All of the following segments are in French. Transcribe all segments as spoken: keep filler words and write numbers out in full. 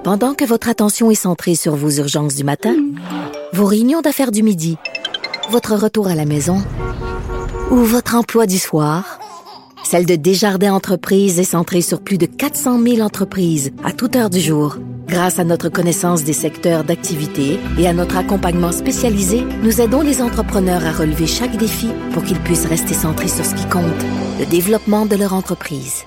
Pendant que votre attention est centrée sur vos urgences du matin, vos réunions d'affaires du midi, votre retour à la maison ou votre emploi du soir, celle de Desjardins Entreprises est centrée sur plus de quatre cent mille entreprises à toute heure du jour. Grâce à notre connaissance des secteurs d'activité et à notre accompagnement spécialisé, nous aidons les entrepreneurs à relever chaque défi pour qu'ils puissent rester centrés sur ce qui compte, le développement de leur entreprise.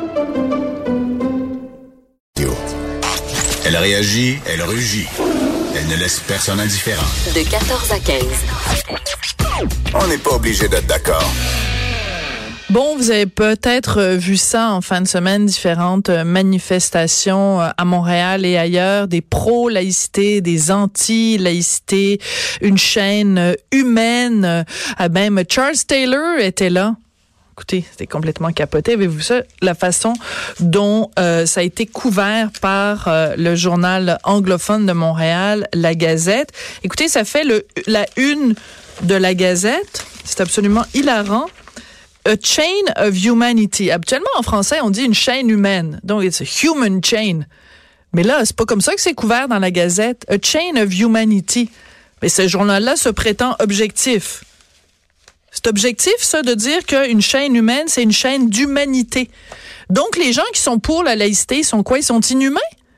Elle réagit, elle rugit. Elle ne laisse personne indifférent. De quatorze à quinze. On n'est pas obligé d'être d'accord. Bon, vous avez peut-être vu ça en fin de semaine, différentes manifestations à Montréal et ailleurs, des pro-laïcité, des anti-laïcité, une chaîne humaine. Même Charles Taylor était là. Écoutez, c'était complètement capoté. Avez-vous vu ça? La façon dont euh, ça a été couvert par euh, le journal anglophone de Montréal, La Gazette. Écoutez, ça fait le, la une de La Gazette. C'est absolument hilarant. A chain of humanity. Habituellement, en français, on dit une chaîne humaine. Donc, it's a human chain. Mais là, c'est pas comme ça que c'est couvert dans La Gazette. A chain of humanity. Mais ce journal-là se prétend objectif. C'est objectif, ça, de dire qu'une chaîne humaine, c'est une chaîne d'humanité. Donc, les gens qui sont pour la laïcité, ils sont quoi? Ils sont inhumains?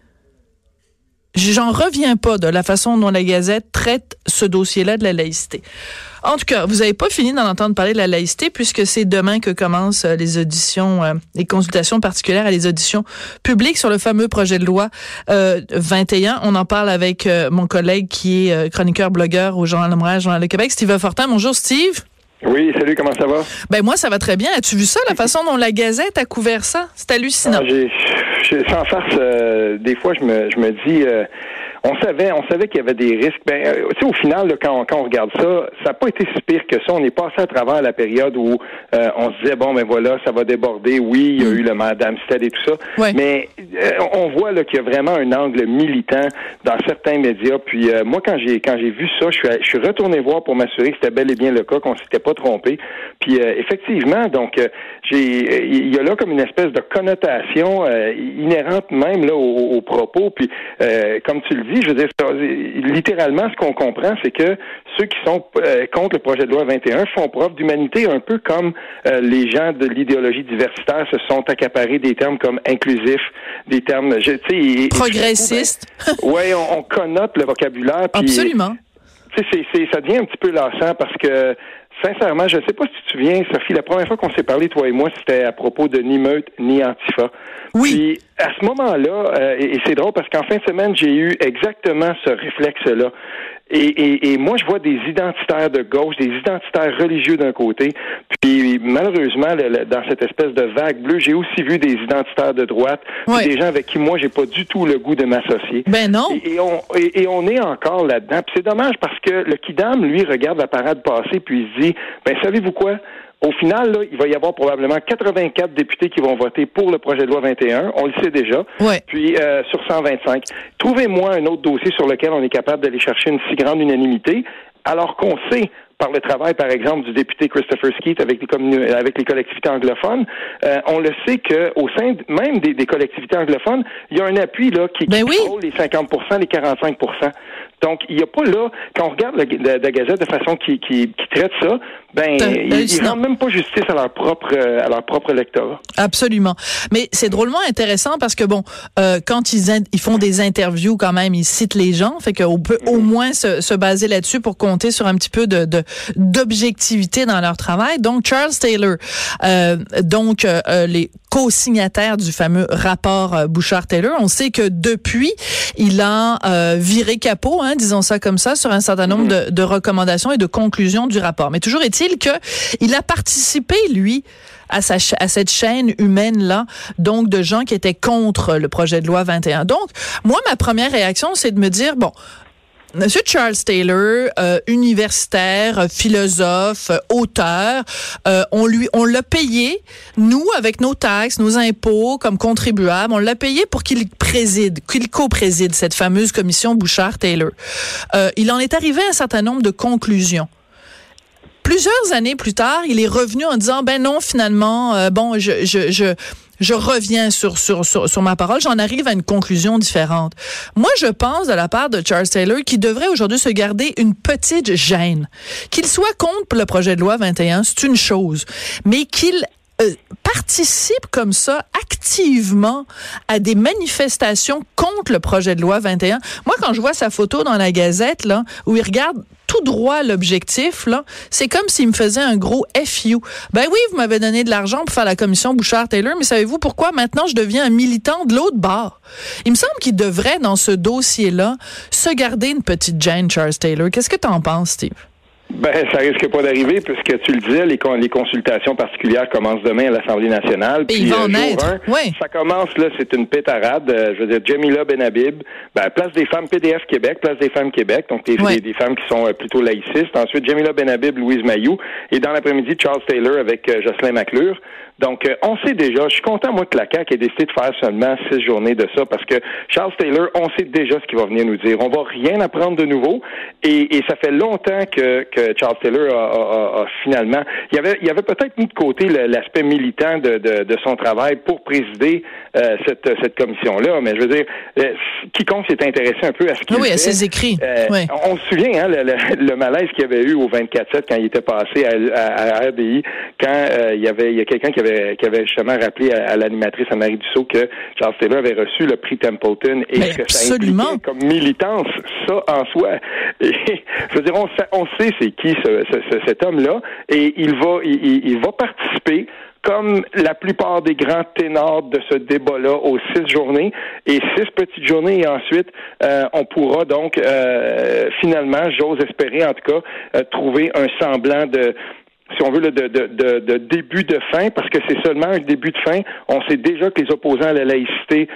J'en reviens pas de la façon dont la Gazette traite ce dossier-là de la laïcité. En tout cas, vous n'avez pas fini d'en entendre parler de la laïcité puisque c'est demain que commencent les auditions, euh, les consultations particulières et les auditions publiques sur le fameux projet de loi euh, vingt et un. On en parle avec euh, mon collègue qui est euh, chroniqueur, blogueur au Journal de Montréal, Journal de Québec, Steve Fortin. Bonjour, Steve. Oui, salut, comment ça va? Ben moi, ça va très bien. As-tu vu ça, la façon dont la Gazette a couvert ça? C'est hallucinant. Ah, j'ai, j'ai, sans farce, euh, des fois, je me, je me dis... Euh, On savait, on savait qu'il y avait des risques. Ben, euh, tu sais, au final, là, quand, quand on regarde ça, ça n'a pas été si pire que ça. On est passé à travers la période où euh, on se disait bon, ben voilà, ça va déborder. Oui, il y a eu le Madame Stead et tout ça, ouais. mais euh, on voit là qu'il y a vraiment un angle militant dans certains médias. Puis euh, moi, quand j'ai quand j'ai vu ça, je suis je suis retourné voir pour m'assurer que c'était bel et bien le cas, qu'on s'était pas trompé. Puis euh, effectivement, donc euh, j'ai il y a là comme une espèce de connotation euh, inhérente même là aux, aux propos. Puis euh, comme tu le dis. Je veux dire, littéralement, ce qu'on comprend, c'est que ceux qui sont euh, contre le projet de loi vingt et un font preuve d'humanité, un peu comme euh, les gens de l'idéologie diversitaire se sont accaparés des termes comme inclusif, des termes, tu sais, progressiste. Oui, on, on connote le vocabulaire. Pis, absolument. Tu sais, c'est, c'est, ça devient un petit peu lassant parce que sincèrement, je ne sais pas si tu te souviens, Sophie, la première fois qu'on s'est parlé, toi et moi, c'était à propos de ni meute ni Antifa. Oui. Puis, à ce moment-là, euh, et, et c'est drôle parce qu'en fin de semaine, j'ai eu exactement ce réflexe-là. Et, et, et moi, je vois des identitaires de gauche, des identitaires religieux d'un côté, puis malheureusement, le, le, dans cette espèce de vague bleue, j'ai aussi vu des identitaires de droite, ouais. des gens avec qui moi, j'ai pas du tout le goût de m'associer. Ben non. Et, et, on, et, et on est encore là-dedans. Puis c'est dommage parce que le Kidam, lui, regarde la parade passer, puis il se dit, ben savez-vous quoi? Au final, là, il va y avoir probablement quatre-vingt-quatre députés qui vont voter pour le projet de loi vingt et un. On le sait déjà. Ouais. Puis, euh, sur cent vingt-cinq. Trouvez-moi un autre dossier sur lequel on est capable d'aller chercher une si grande unanimité, alors qu'on sait, par le travail, par exemple, du député Christopher Skeet avec les, communi- avec les collectivités anglophones, euh, on le sait qu'au sein de, même des, des collectivités anglophones, il y a un appui là qui, ben qui oui. contrôle les cinquante pour cent, les quarante-cinq pour cent. Donc, il n'y a pas là, quand on regarde la, la, la Gazette de façon qui, qui, qui traite ça, ben, ils ne rendent même pas justice à leur propre, euh, à leur propre lectorat. Absolument. Mais c'est drôlement intéressant parce que bon, euh, quand ils, in- ils font des interviews quand même, ils citent les gens, fait qu'on peut au moins se, se baser là-dessus pour compter sur un petit peu de, de d'objectivité dans leur travail. Donc, Charles Taylor, euh, donc euh, les co-signataires du fameux rapport euh, Bouchard-Taylor, on sait que depuis, il a euh, viré capot, hein, disons ça comme ça, sur un certain nombre de, de recommandations et de conclusions du rapport. Mais toujours est-il que il a participé, lui, à, sa, à cette chaîne humaine-là, donc de gens qui étaient contre le projet de loi vingt et un. Donc, moi, ma première réaction, c'est de me dire, bon, Monsieur Charles Taylor, euh, universitaire, euh, philosophe, euh, auteur, euh, on lui, on l'a payé, nous, avec nos taxes, nos impôts, comme contribuables, on l'a payé pour qu'il préside, qu'il co-préside cette fameuse commission Bouchard-Taylor. Euh, il en est arrivé à un certain nombre de conclusions. Plusieurs années plus tard, il est revenu en disant, ben non, finalement, euh, bon, je, je, je, je reviens sur, sur, sur, sur ma parole, j'en arrive à une conclusion différente. Moi, je pense de la part de Charles Taylor qu'il devrait aujourd'hui se garder une petite gêne. Qu'il soit contre le projet de loi vingt et un, c'est une chose, mais qu'il euh, participe comme ça activement à des manifestations contre le projet de loi vingt et un. Moi, quand je vois sa photo dans la Gazette, là, où il regarde tout droit l'objectif, là, c'est comme s'il me faisait un gros F U. Ben oui, vous m'avez donné de l'argent pour faire la commission Bouchard-Taylor, mais savez-vous pourquoi maintenant je deviens un militant de l'autre bord? Il me semble qu'il devrait, dans ce dossier-là, se garder une petite gêne, Charles Taylor. Qu'est-ce que t'en penses, Steve? Ben, ça risque pas d'arriver puisque tu le disais, les, con- les consultations particulières commencent demain à l'Assemblée nationale. Et ils vont en être. Oui. Ça commence, là, c'est une pétarade. Euh, je veux dire, Jamila Benhabib, ben, Place des femmes P D F Québec, Place des femmes Québec, donc des, ouais. des, des femmes qui sont euh, plutôt laïcistes. Ensuite, Jamila Benhabib, Louise Mayou. Et dans l'après-midi, Charles Taylor avec euh, Jocelyn McClure. Donc, euh, on sait déjà, je suis content, moi, que la C A Q ait décidé de faire seulement six journées de ça, parce que Charles Taylor, on sait déjà ce qu'il va venir nous dire. On va rien apprendre de nouveau, et, et ça fait longtemps que, que Charles Taylor a, a, a, a finalement... Il y avait, il y avait peut-être mis de côté le, l'aspect militant de, de, de son travail pour présider euh, cette, cette commission-là, mais je veux dire, euh, quiconque s'est intéressé un peu à ce qu'il ah oui, fait... à ses écrits. Euh, oui. On se souvient, hein, le, le, le malaise qu'il y avait eu au vingt-quatre sept quand il était passé à, à, à R D I, quand euh, il y avait il y a quelqu'un qui avait qui avait justement rappelé à, à l'animatrice Anne-Marie Dussault que Charles Taylor avait reçu le prix Templeton et mais que absolument. ça impliquait comme militance, ça en soi. Et, je veux dire, on sait, on sait c'est qui ce, ce, ce, cet homme-là, et il va il, il va participer comme la plupart des grands ténors de ce débat-là, aux six journées, et six petites journées, et ensuite, euh, on pourra donc, euh, finalement, j'ose espérer en tout cas, euh, trouver un semblant de... si on veut, là, de, de, de, de début de fin, parce que c'est seulement un début de fin. On sait déjà que les opposants à la laïcité,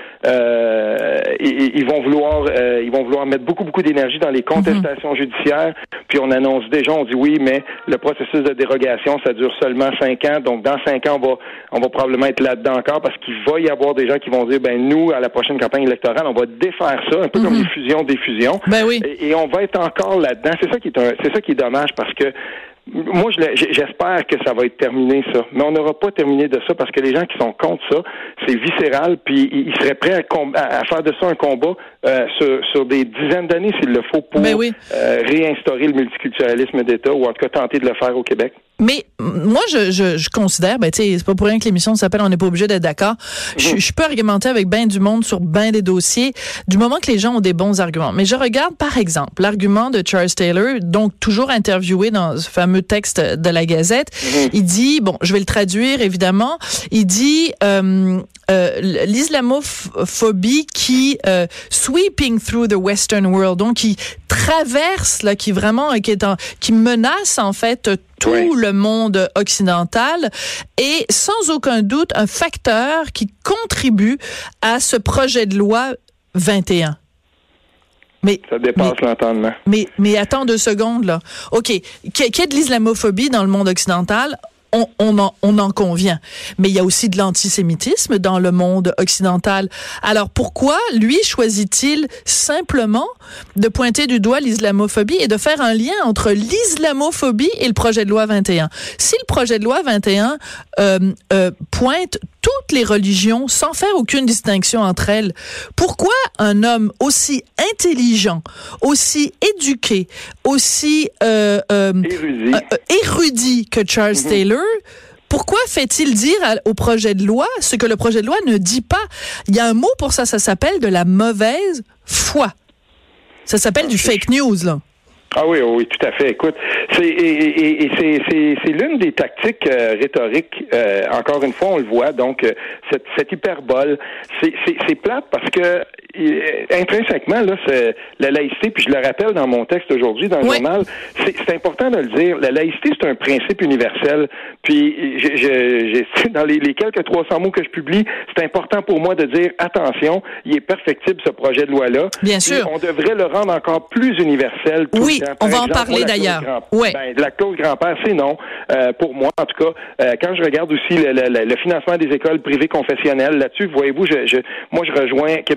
euh, ils, ils vont vouloir, euh, ils vont vouloir mettre beaucoup, beaucoup d'énergie dans les contestations mm-hmm. judiciaires. Puis on annonce déjà, on dit oui, mais le processus de dérogation, ça dure seulement cinq ans. Donc dans cinq ans, on va, on va probablement être là-dedans encore, parce qu'il va y avoir des gens qui vont dire, ben nous, à la prochaine campagne électorale, on va défaire ça, un peu mm-hmm. comme les fusions-défusions. Ben oui. Et, et on va être encore là-dedans. C'est ça qui est un, c'est ça qui est dommage, parce que moi, je j'espère que ça va être terminé, ça. Mais on n'aura pas terminé de ça, parce que les gens qui sont contre ça, c'est viscéral, puis ils seraient prêts à, com- à faire de ça un combat euh, sur, sur des dizaines d'années, s'il le faut, pour ben oui. euh, réinstaurer le multiculturalisme d'État, ou en tout cas tenter de le faire au Québec. Mais moi, je, je, je considère, ben tu sais, c'est pas pour rien que l'émission s'appelle On n'est pas obligé d'être d'accord. Je, je peux argumenter avec ben du monde sur ben des dossiers, du moment que les gens ont des bons arguments. Mais je regarde, par exemple, l'argument de Charles Taylor, donc toujours interviewé dans ce fameux texte de la Gazette. Mm-hmm. Il dit, bon, je vais le traduire évidemment. Il dit euh, euh, l'islamophobie qui euh, sweeping through the Western world, donc qui traverse là, qui vraiment qui est en, qui menace en fait tout oui. le monde occidental, et sans aucun doute un facteur qui contribue à ce projet de loi vingt et un. Mais, ça dépasse mais, l'entendement. Mais, mais attends deux secondes, là. OK, qu'il y ait de l'islamophobie dans le monde occidental, on, on, en, on en convient. Mais il y a aussi de l'antisémitisme dans le monde occidental. Alors pourquoi, lui, choisit-il simplement de pointer du doigt l'islamophobie et de faire un lien entre l'islamophobie et le projet de loi vingt et un? Si le projet de loi vingt et un euh, euh, pointe toutes les religions sans faire aucune distinction entre elles, pourquoi un homme aussi intelligent, aussi éduqué, aussi euh, euh, érudit. Euh, érudit que Charles mm-hmm. Taylor, pourquoi fait-il dire à, au projet de loi ce que le projet de loi ne dit pas? Il y a un mot pour ça, ça s'appelle de la mauvaise foi. Ça s'appelle okay. du fake news, là. Ah oui, oui, tout à fait. Écoute, c'est et, et, et c'est, c'est, c'est l'une des tactiques euh, rhétoriques. Euh, encore une fois, on le voit. Donc, euh, cette, cette hyperbole, c'est, c'est, c'est plate parce que euh, intrinsèquement, là, c'est la laïcité. Puis je le rappelle dans mon texte aujourd'hui dans le oui. journal, c'est, c'est important de le dire. La laïcité, c'est un principe universel. Puis, je, je, je, dans les, les quelques trois cents mots que je publie, c'est important pour moi de dire attention, il est perfectible ce projet de loi-là. Bien sûr. On devrait le rendre encore plus universel. Tout oui. On va exemple, en parler d'ailleurs. Ouais. Ben, la clause grand-père, c'est non. Euh, pour moi, en tout cas, euh, quand je regarde aussi le, le, le financement des écoles privées confessionnelles, là-dessus, voyez-vous, je, je, moi, je rejoins Québec solidaire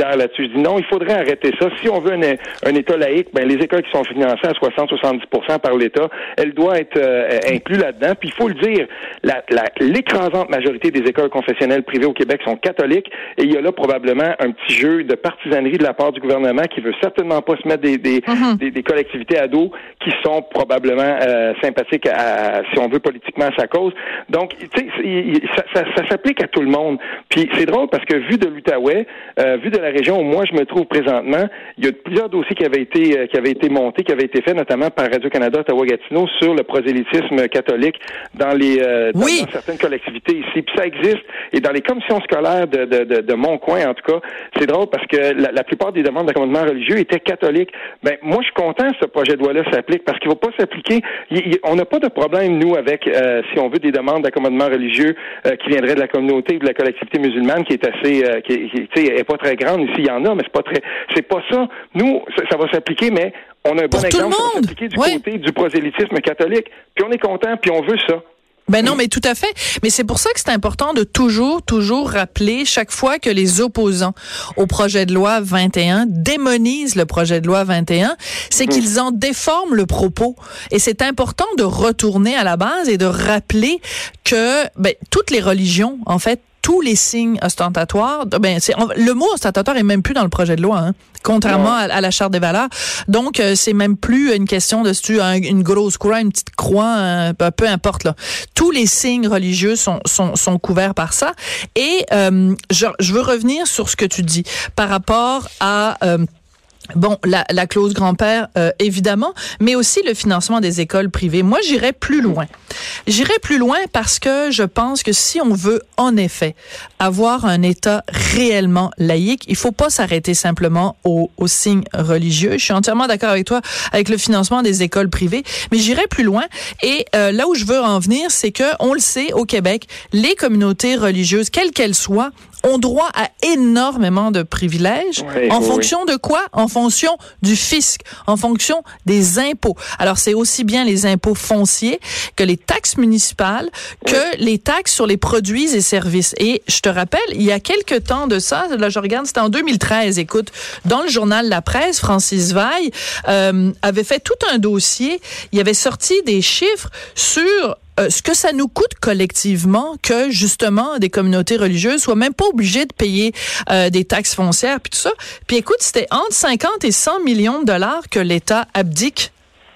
clair là-dessus. Je dis non, il faudrait arrêter ça. Si on veut un, un État laïque, ben les écoles qui sont financées à soixante à soixante-dix pour cent par l'État, elles doivent être euh, incluses là-dedans. Puis il faut le dire, la, la, l'écrasante majorité des écoles confessionnelles privées au Québec sont catholiques, et il y a là probablement un petit jeu de partisanerie de la part du gouvernement qui veut certainement pas se mettre des, des, mm-hmm. des, des collectivités à dos qui sont probablement euh, sympathiques à, à, si on veut, politiquement à sa cause. Donc, tu sais, ça, ça, ça s'applique à tout le monde. Puis c'est drôle parce que vu de l'Outaouais, euh, vu de la région où moi je me trouve présentement, il y a plusieurs dossiers qui avaient été euh, qui avaient été montés, qui avaient été faits notamment par Radio-Canada Ottawa-Gatineau sur le prosélytisme catholique dans les euh, dans, oui. dans certaines collectivités ici. Puis ça existe. Et dans les commissions scolaires de, de, de, de mon coin, en tout cas, c'est drôle parce que la, la plupart des demandes d'accommodement religieux étaient catholiques. Ben moi, je suis content que ce projet de loi-là s'applique parce qu'il ne va pas s'appliquer. Il, il, on n'a pas de problème, nous, avec, euh, si on veut, des demandes d'accommodement religieux euh, qui viendraient de la communauté ou de la collectivité musulmane qui est assez, euh, qui, qui tu sais, est pas très grande. Ici, il y en a, mais c'est pas très, c'est pas ça. Nous, ça, ça va s'appliquer, mais on a un bon Pour exemple. Ça va s'appliquer du ouais. côté du prosélytisme catholique. Puis on est content, puis on veut ça. Ben non, mais tout à fait. Mais c'est pour ça que c'est important de toujours, toujours rappeler chaque fois que les opposants au projet de loi vingt et un démonisent le projet de loi vingt et un, c'est mmh. qu'ils en déforment le propos. Et c'est important de retourner à la base et de rappeler que ben, toutes les religions, en fait, tous les signes ostentatoires, ben c'est le mot ostentatoire est même plus dans le projet de loi, hein, contrairement à, à la charte des valeurs. Donc euh, c'est même plus une question de si tu as une grosse croix, une petite croix, un, peu importe là. Tous les signes religieux sont sont, sont couverts par ça. Et euh, je, je veux revenir sur ce que tu dis par rapport à euh, Bon, la, la clause grand-père, euh, évidemment, mais aussi le financement des écoles privées. Moi, j'irais plus loin. J'irais plus loin parce que je pense que si on veut, en effet, avoir un État réellement laïque, il faut pas s'arrêter simplement aux, aux signes religieux. Je suis entièrement d'accord avec toi avec le financement des écoles privées, mais j'irais plus loin. Et euh, là où je veux en venir, c'est que, on le sait, au Québec, les communautés religieuses, quelles qu'elles soient, ont droit à énormément de privilèges. Oui, en oui, fonction oui. de quoi? En fonction du fisc, en fonction des impôts. Alors, c'est aussi bien les impôts fonciers que les taxes municipales, que oui. les taxes sur les produits et services. Et je te rappelle, il y a quelques temps de ça, là je regarde, c'était en deux mille treize, écoute, dans le journal La Presse, Francis Veil euh, avait fait tout un dossier, il avait sorti des chiffres sur Euh, ce que ça nous coûte collectivement que, justement, des communautés religieuses soient même pas obligées de payer euh, des taxes foncières puis tout ça. Puis écoute, c'était entre cinquante et cent millions de dollars que l'État abdique.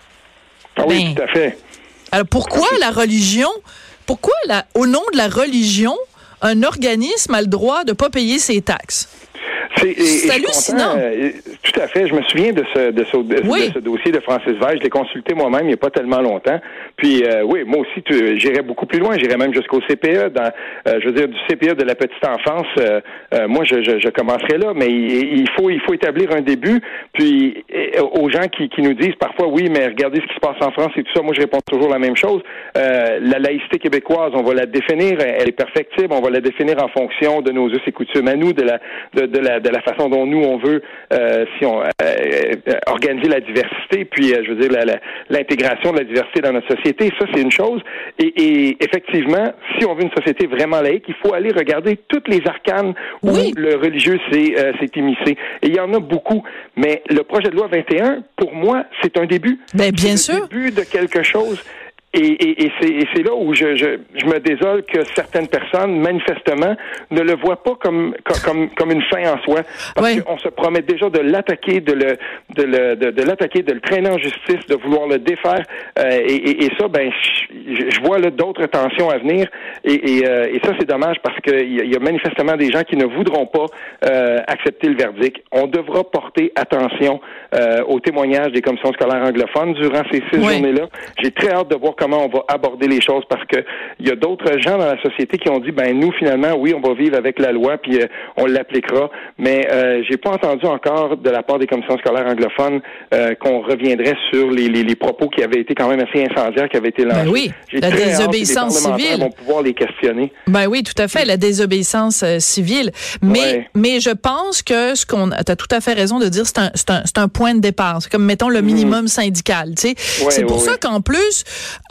Ah oui, ben, tout à fait. Alors pourquoi la religion, pourquoi la, au nom de la religion, un organisme a le droit de pas payer ses taxes? C'est, et, c'est et hallucinant. Content, euh, tout à fait. Je me souviens de ce, de ce, de, oui. de ce dossier de Francis Veil. Je l'ai consulté moi-même il n'y a pas tellement longtemps. Puis, euh, oui, moi aussi, tu, j'irais beaucoup plus loin. J'irais même jusqu'au C P E. Dans, euh, je veux dire, du C P E de la petite enfance, euh, euh, moi, je, je, je commencerai là. Mais il, il, faut, il faut établir un début. Puis, et, aux gens qui, qui nous disent parfois, oui, mais regardez ce qui se passe en France et tout ça, moi, je réponds toujours la même chose. Euh, la laïcité québécoise, on va la définir. Elle est perfectible. On va la définir en fonction de nos us et coutumes à nous, de la, de, de la, de la façon dont nous, on veut, euh, si on, euh, euh, organiser la diversité, puis, euh, je veux dire, la, la, l'intégration de la diversité dans notre société. Ça, c'est une chose. Et, et effectivement, si on veut une société vraiment laïque, il faut aller regarder toutes les arcanes où oui. le religieux s'est, euh, s'est immiscé. Et il y en a beaucoup. Mais le projet de loi vingt et un, pour moi, c'est un début. Ben, bien c'est sûr. le début de quelque chose. Et, et, et, c'est, et c'est là où je, je, je me désole que certaines personnes, manifestement, ne le voient pas comme comme comme une fin en soi, parce oui. qu'on se promet déjà de l'attaquer, de le de le de, de l'attaquer, de le traîner en justice, de vouloir le défaire. Euh, et, et, et ça, ben, je, je vois là d'autres tensions à venir. Et, et, euh, et ça, c'est dommage parce qu'il y, y a manifestement des gens qui ne voudront pas euh, accepter le verdict. On devra porter attention euh, aux témoignages des commissions scolaires anglophones durant ces six oui. journées-là. J'ai très hâte de voir comment on va aborder les choses parce que il y a d'autres gens dans la société qui ont dit ben nous finalement oui on va vivre avec la loi puis euh, on l'appliquera, mais euh, j'ai pas entendu encore de la part des commissions scolaires anglophones euh, qu'on reviendrait sur les, les, les propos qui avaient été quand même assez incendiaires qui avaient été lancés. Ben oui, j'ai la très désobéissance hâte que les civile vont pouvoir les questionner. Ben oui, tout à fait, la désobéissance euh, civile. Mais ouais. mais je pense que ce qu'on t'as tout à fait raison de dire, c'est un c'est un c'est un point de départ. C'est comme mettons le minimum mmh. syndical, tu sais. Ouais, c'est pour ouais, ça ouais. qu'en plus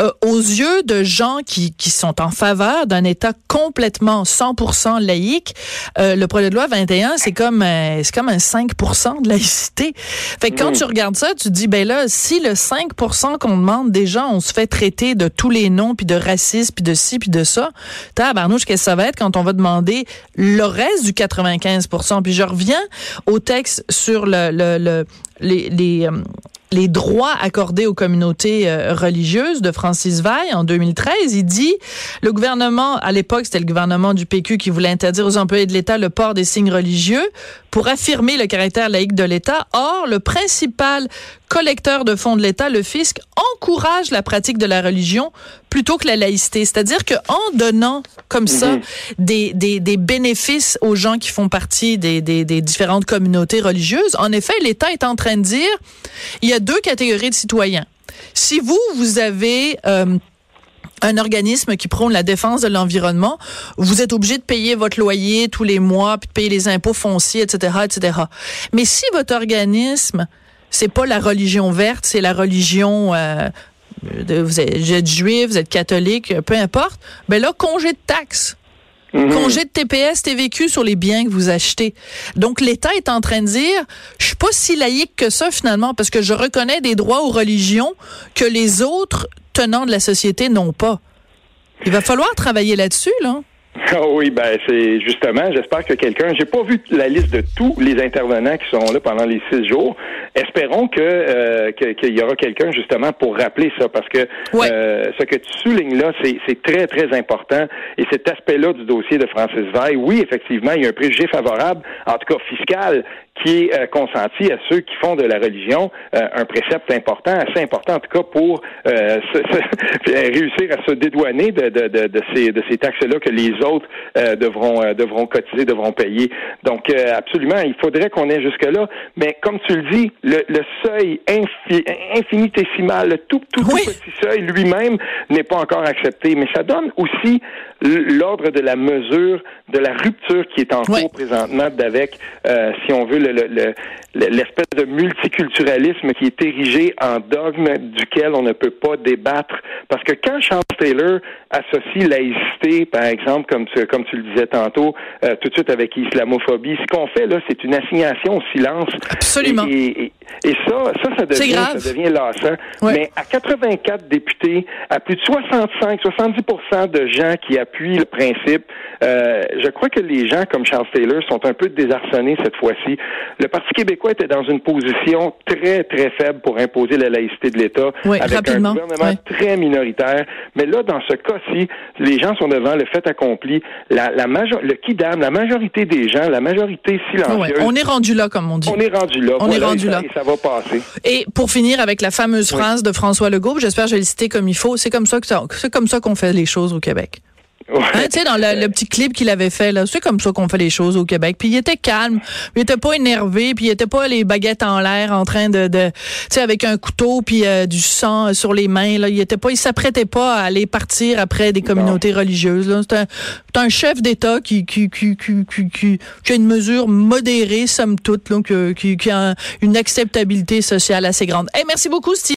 euh, aux yeux de gens qui, qui sont en faveur d'un État complètement cent pour cent laïque, euh, le projet de loi vingt et un, c'est comme, euh, c'est comme un cinq pour cent de laïcité. Fait que quand mmh. tu regardes ça, tu te dis, ben là, si le cinq pour cent qu'on demande des gens, on se fait traiter de tous les noms, puis de racisme, puis de ci, puis de ça, tabarnouche, qu'est-ce que ça va être quand on va demander le reste du quatre-vingt-quinze pour cent? Puis je reviens au texte sur le, le, le les, les, euh, les droits accordés aux communautés euh, religieuses de Francis Veil en deux mille treize. Il dit, le gouvernement, à l'époque, c'était le gouvernement du P Q qui voulait interdire aux employés de l'État le port des signes religieux pour affirmer le caractère laïque de l'État. Or, le principal collecteur de fonds de l'État, le fisc, encourage la pratique de la religion plutôt que la laïcité. C'est-à-dire qu'en donnant comme ça mmh. des, des, des bénéfices aux gens qui font partie des, des, des différentes communautés religieuses, en effet, l'État est en train de dire, il y a deux catégories de citoyens. Si vous, vous avez euh, un organisme qui prône la défense de l'environnement, vous êtes obligé de payer votre loyer tous les mois, puis de payer les impôts fonciers, et cetera, et cetera. Mais si votre organisme, c'est pas la religion verte, c'est la religion, euh, de, vous êtes juif, vous êtes catholique, peu importe, ben là, congé de taxes. Mmh. Congé de T P S, T V Q sur les biens que vous achetez. Donc, l'État est en train de dire, je suis pas si laïque que ça, finalement, parce que je reconnais des droits aux religions que les autres tenants de la société n'ont pas. Il va falloir travailler là-dessus, là. Ah oui, ben c'est justement, j'espère que quelqu'un, j'ai pas vu la liste de tous les intervenants qui sont là pendant les six jours. Espérons que, euh, que qu'il y aura quelqu'un justement pour rappeler ça, parce que ouais. euh, ce que tu soulignes là, c'est, c'est très très important, et cet aspect-là du dossier de Francis Veil, oui, effectivement, il y a un préjugé favorable, en tout cas fiscal, qui est euh, consenti à ceux qui font de la religion euh, un précepte important, assez important en tout cas pour euh, se, se, réussir à se dédouaner de, de, de, de ces, de ces taxes-là que les autres euh, devront euh, devront cotiser, devront payer. Donc euh, absolument, il faudrait qu'on ait jusque-là. Mais comme tu le dis, le, le seuil infi, infinitésimal, le tout, tout, oui. tout petit seuil lui-même n'est pas encore accepté. Mais ça donne aussi l'ordre de la mesure, de la rupture qui est en cours oui. présentement avec, euh, si on veut, le, le, le, l'espèce de multiculturalisme qui est érigé en dogme duquel on ne peut pas débattre. Parce que quand Charles Taylor associe laïcité, par exemple, comme tu, comme tu le disais tantôt, euh, tout de suite avec islamophobie, ce qu'on fait là, c'est une assignation au silence. Absolument. Et, et, et ça, ça, ça devient, ça devient lassant. Ouais. Mais à quatre-vingt-quatre députés, à plus de soixante-cinq, soixante-dix pour cent de gens qui appuient le principe, euh, je crois que les gens comme Charles Taylor sont un peu désarçonnés cette fois-ci. Le Parti québécois était dans une position très, très faible pour imposer la laïcité de l'État, oui, avec rapidement. un gouvernement oui. très minoritaire. Mais là, dans ce cas-ci, les gens sont devant le fait accompli. La, la major- le kidam, la majorité des gens, la majorité silencieuse. Oui, on est rendu là, comme on dit. On est rendu là. On voilà, est rendu et ça, là. Et ça va passer. Et pour finir avec la fameuse phrase oui. de François Legault, j'espère que je vais le citer comme il faut, c'est comme ça que ça, c'est comme ça qu'on fait les choses au Québec. Ouais. Hein, tu sais, dans le, le petit clip qu'il avait fait, là, c'est comme ça qu'on fait les choses au Québec. Puis il était calme, il était pas énervé, puis il était pas les baguettes en l'air en train de, de tu sais, avec un couteau puis euh, du sang sur les mains. Là, il était pas, il s'apprêtait pas à aller partir après des communautés non. religieuses. Là, c'est un, c'est un chef d'État qui qui qui qui qui, qui, qui a une mesure modérée, somme toute, là, qui, qui, qui a une acceptabilité sociale assez grande. Hey, merci beaucoup, Steve.